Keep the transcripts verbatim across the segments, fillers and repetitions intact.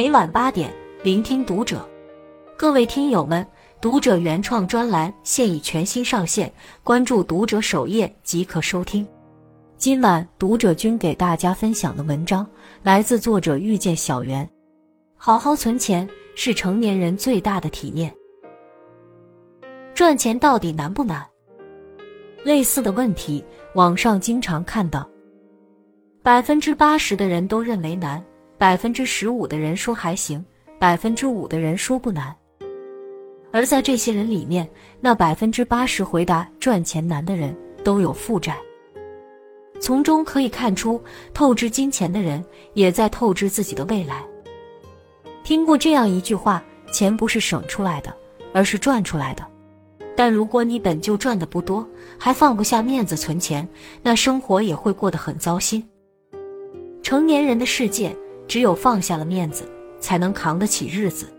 每晚八点，聆听读者。各位听友们，读者原创专栏现已全新上线，关注读者首页即可收听。今晚读者君给大家分享的文章来自作者遇见小圆。好好存钱是成年人最大的体面。赚钱到底难不难？类似的问题网上经常看到，百分之八十的人都认为难，百分之十五的人说还行，百分之五的人说不难。而在这些人里面，那百分之八十回答赚钱难的人都有负债。从中可以看出，透支金钱的人也在透支自己的未来。听过这样一句话，钱不是省出来的，而是赚出来的。但如果你本就赚得不多，还放不下面子存钱，那生活也会过得很糟心。成年人的世界，只有放下了面子，才能扛得起日子。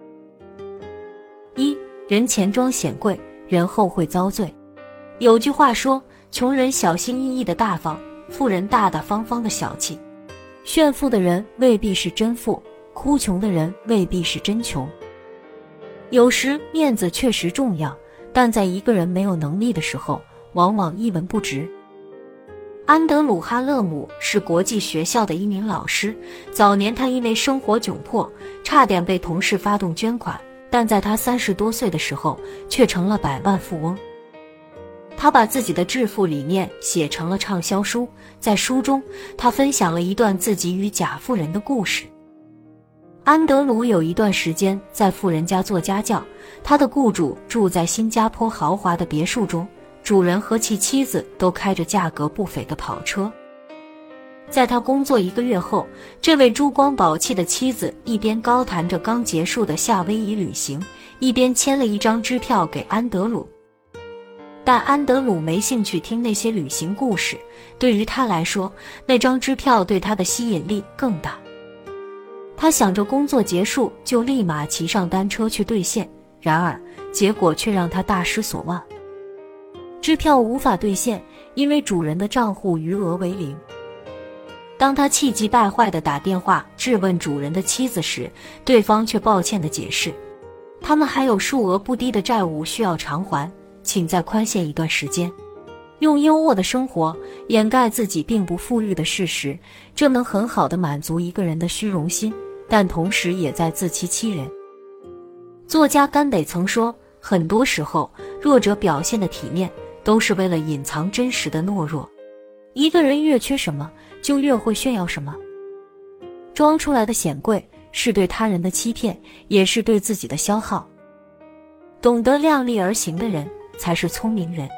一，人前装显贵，人后会遭罪。有句话说，穷人小心翼翼的大方，富人大大方方的小气。炫富的人未必是真富，哭穷的人未必是真穷。有时面子确实重要，但在一个人没有能力的时候，往往一文不值。安德鲁·哈勒姆是国际学校的一名老师，早年他因为生活窘迫，差点被同事发动捐款，但在他三十多岁的时候，却成了百万富翁。他把自己的致富理念写成了畅销书，在书中，他分享了一段自己与假富人的故事。安德鲁有一段时间在富人家做家教，他的雇主住在新加坡豪华的别墅中，主人和其妻子都开着价格不菲的跑车。在他工作一个月后，这位珠光宝气的妻子一边高谈着刚结束的夏威夷旅行，一边签了一张支票给安德鲁。但安德鲁没兴趣听那些旅行故事，对于他来说，那张支票对他的吸引力更大。他想着工作结束就立马骑上单车去兑现，然而结果却让他大失所望。支票无法兑现，因为主人的账户余额为零。当他气急败坏地打电话质问主人的妻子时，对方却抱歉地解释，他们还有数额不低的债务需要偿还，请再宽限一段时间。用优渥的生活掩盖自己并不富裕的事实，这能很好地满足一个人的虚荣心，但同时也在自欺欺人。作家甘北曾说，很多时候弱者表现的体面，都是为了隐藏真实的懦弱。一个人越缺什么，就越会炫耀什么。装出来的显贵，是对他人的欺骗，也是对自己的消耗。懂得量力而行的人，才是聪明人。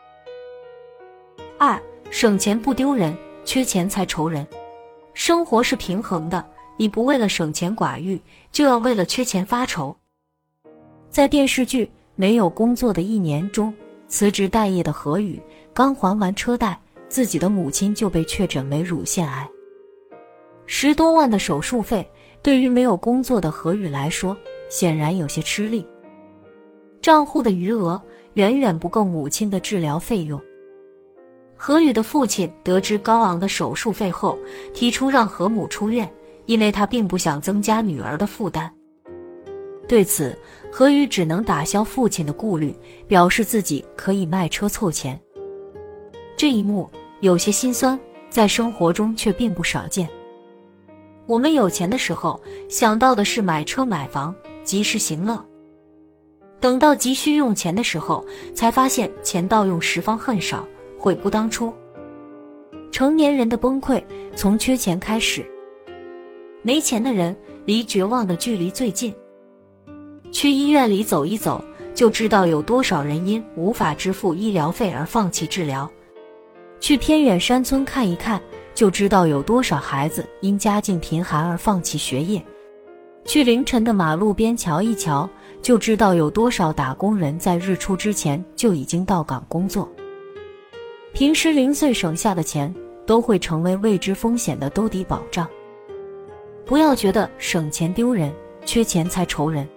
二，省钱不丢人，缺钱才愁人。生活是平衡的，你不为了省钱寡欲，就要为了缺钱发愁。在电视剧《没有工作的一年》中，辞职待业的何宇刚还完车贷，自己的母亲就被确诊为乳腺癌。十多万的手术费，对于没有工作的何宇来说，显然有些吃力。账户的余额远远不够母亲的治疗费用。何宇的父亲得知高昂的手术费后，提出让何母出院，因为他并不想增加女儿的负担。对此，何宇只能打消父亲的顾虑，表示自己可以卖车凑钱。这一幕有些心酸，在生活中却并不少见。我们有钱的时候，想到的是买车买房，及时行乐。等到急需用钱的时候，才发现钱到用时方恨少，悔不当初。成年人的崩溃从缺钱开始。没钱的人离绝望的距离最近。去医院里走一走，就知道有多少人因无法支付医疗费而放弃治疗。去偏远山村看一看，就知道有多少孩子因家境贫寒而放弃学业。去凌晨的马路边瞧一瞧，就知道有多少打工人在日出之前就已经到岗工作。平时零碎省下的钱，都会成为未知风险的兜底保障。不要觉得省钱丢人，缺钱才愁人。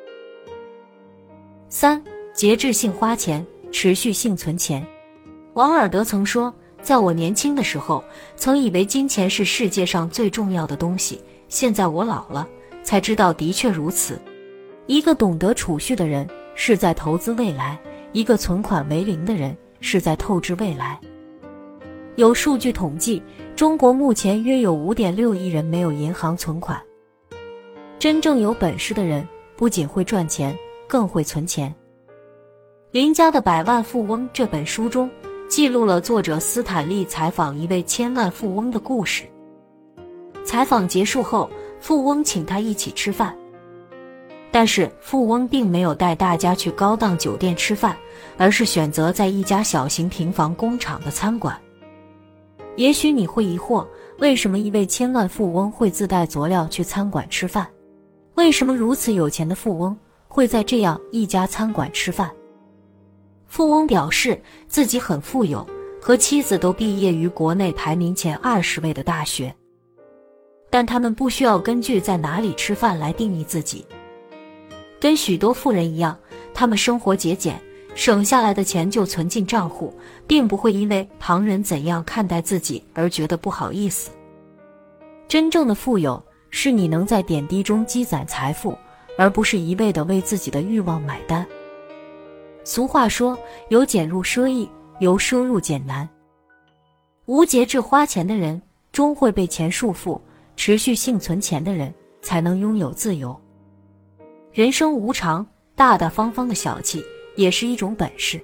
三，节制性花钱，持续性存钱。王尔德曾说，在我年轻的时候，曾以为金钱是世界上最重要的东西，现在我老了， 才知道的确如此。一个懂得储蓄的人是在投资未来，一个存款为零的人是在透支未来。有数据统计，中国目前约有 五点六亿人没有银行存款。真正有本事的人不仅会赚钱，更会存钱。林家的百万富翁这本书中记录了作者斯坦利采访一位千万富翁的故事。采访结束后，富翁请他一起吃饭，但是富翁并没有带大家去高档酒店吃饭，而是选择在一家小型平房工厂的餐馆。也许你会疑惑，为什么一位千万富翁会自带佐料去餐馆吃饭？为什么如此有钱的富翁会在这样一家餐馆吃饭？富翁表示自己很富有，和妻子都毕业于国内排名前二十位的大学，但他们不需要根据在哪里吃饭来定义自己。跟许多富人一样，他们生活节俭，省下来的钱就存进账户，并不会因为旁人怎样看待自己而觉得不好意思。真正的富有是你能在点滴中积攒财富，而不是一味地为自己的欲望买单。俗话说，由俭入奢易，由奢入俭难。无节制花钱的人终会被钱束缚，持续性存钱的人才能拥有自由。人生无常，大大方方的小气也是一种本事。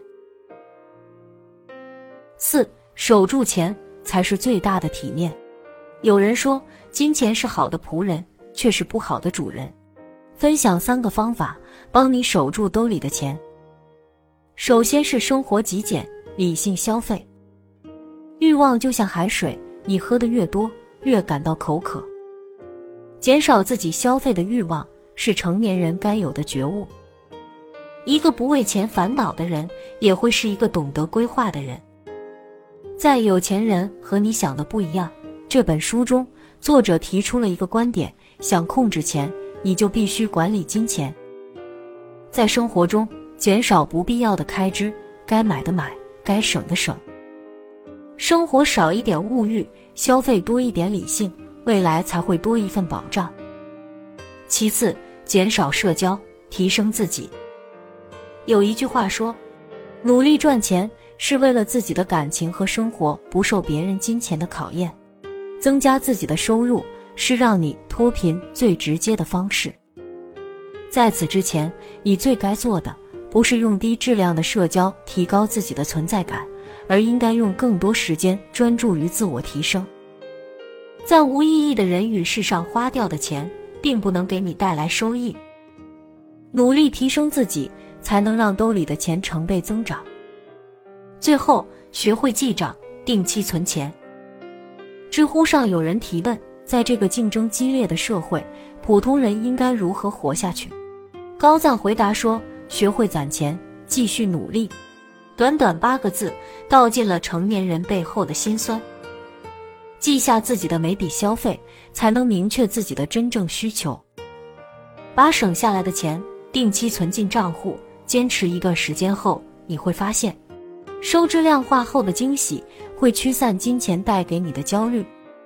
四，守住钱才是最大的体面。有人说，金钱是好的仆人，却是不好的主人。分享三个方法，帮你守住兜里的钱。首先是生活极简，理性消费。欲望就像海水，你喝得越多，越感到口渴。减少自己消费的欲望，是成年人该有的觉悟。一个不为钱烦恼的人，也会是一个懂得规划的人。在《有钱人和你想的不一样》这本书中，作者提出了一个观点，想控制钱，你就必须管理金钱。在生活中，减少不必要的开支，该买的买，该省的省。生活少一点物欲，消费多一点理性，未来才会多一份保障。其次，减少社交，提升自己。有一句话说，努力赚钱是为了自己的感情和生活不受别人金钱的考验，增加自己的收入是让你脱贫最直接的方式。在此之前，你最该做的不是用低质量的社交提高自己的存在感，而应该用更多时间专注于自我提升。在无意义的人与事上花掉的钱，并不能给你带来收益。努力提升自己，才能让兜里的钱成倍增长。最后，学会记账，定期存钱。知乎上有人提问，在这个竞争激烈的社会，普通人应该如何活下去？高赞回答说，学会攒钱，继续努力。短短八个字，道尽了成年人背后的辛酸。记下自己的每笔消费，才能明确自己的真正需求。把省下来的钱定期存进账户，坚持一段时间后，你会发现，收支量化后的惊喜会驱散金钱带给你的焦虑。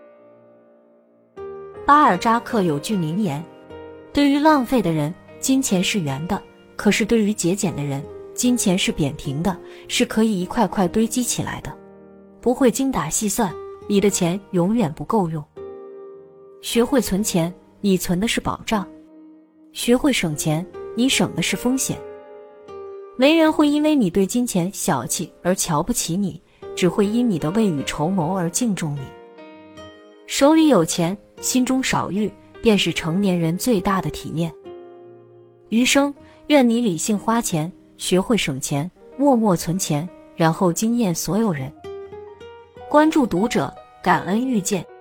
巴尔扎克有句名言，对于浪费的人，金钱是圆的，可是对于节俭的人，金钱是扁平的，是可以一块块堆积起来的。不会精打细算，你的钱永远不够用。学会存钱，你存的是保障；学会省钱，你省的是风险。没人会因为你对金钱小气而瞧不起你，只会因你的未雨绸缪而敬重你。手里有钱，心中少欲，便是成年人最大的体面。余生，愿你理性花钱，学会省钱，默默存钱，然后惊艳所有人。关注读者，感恩遇见。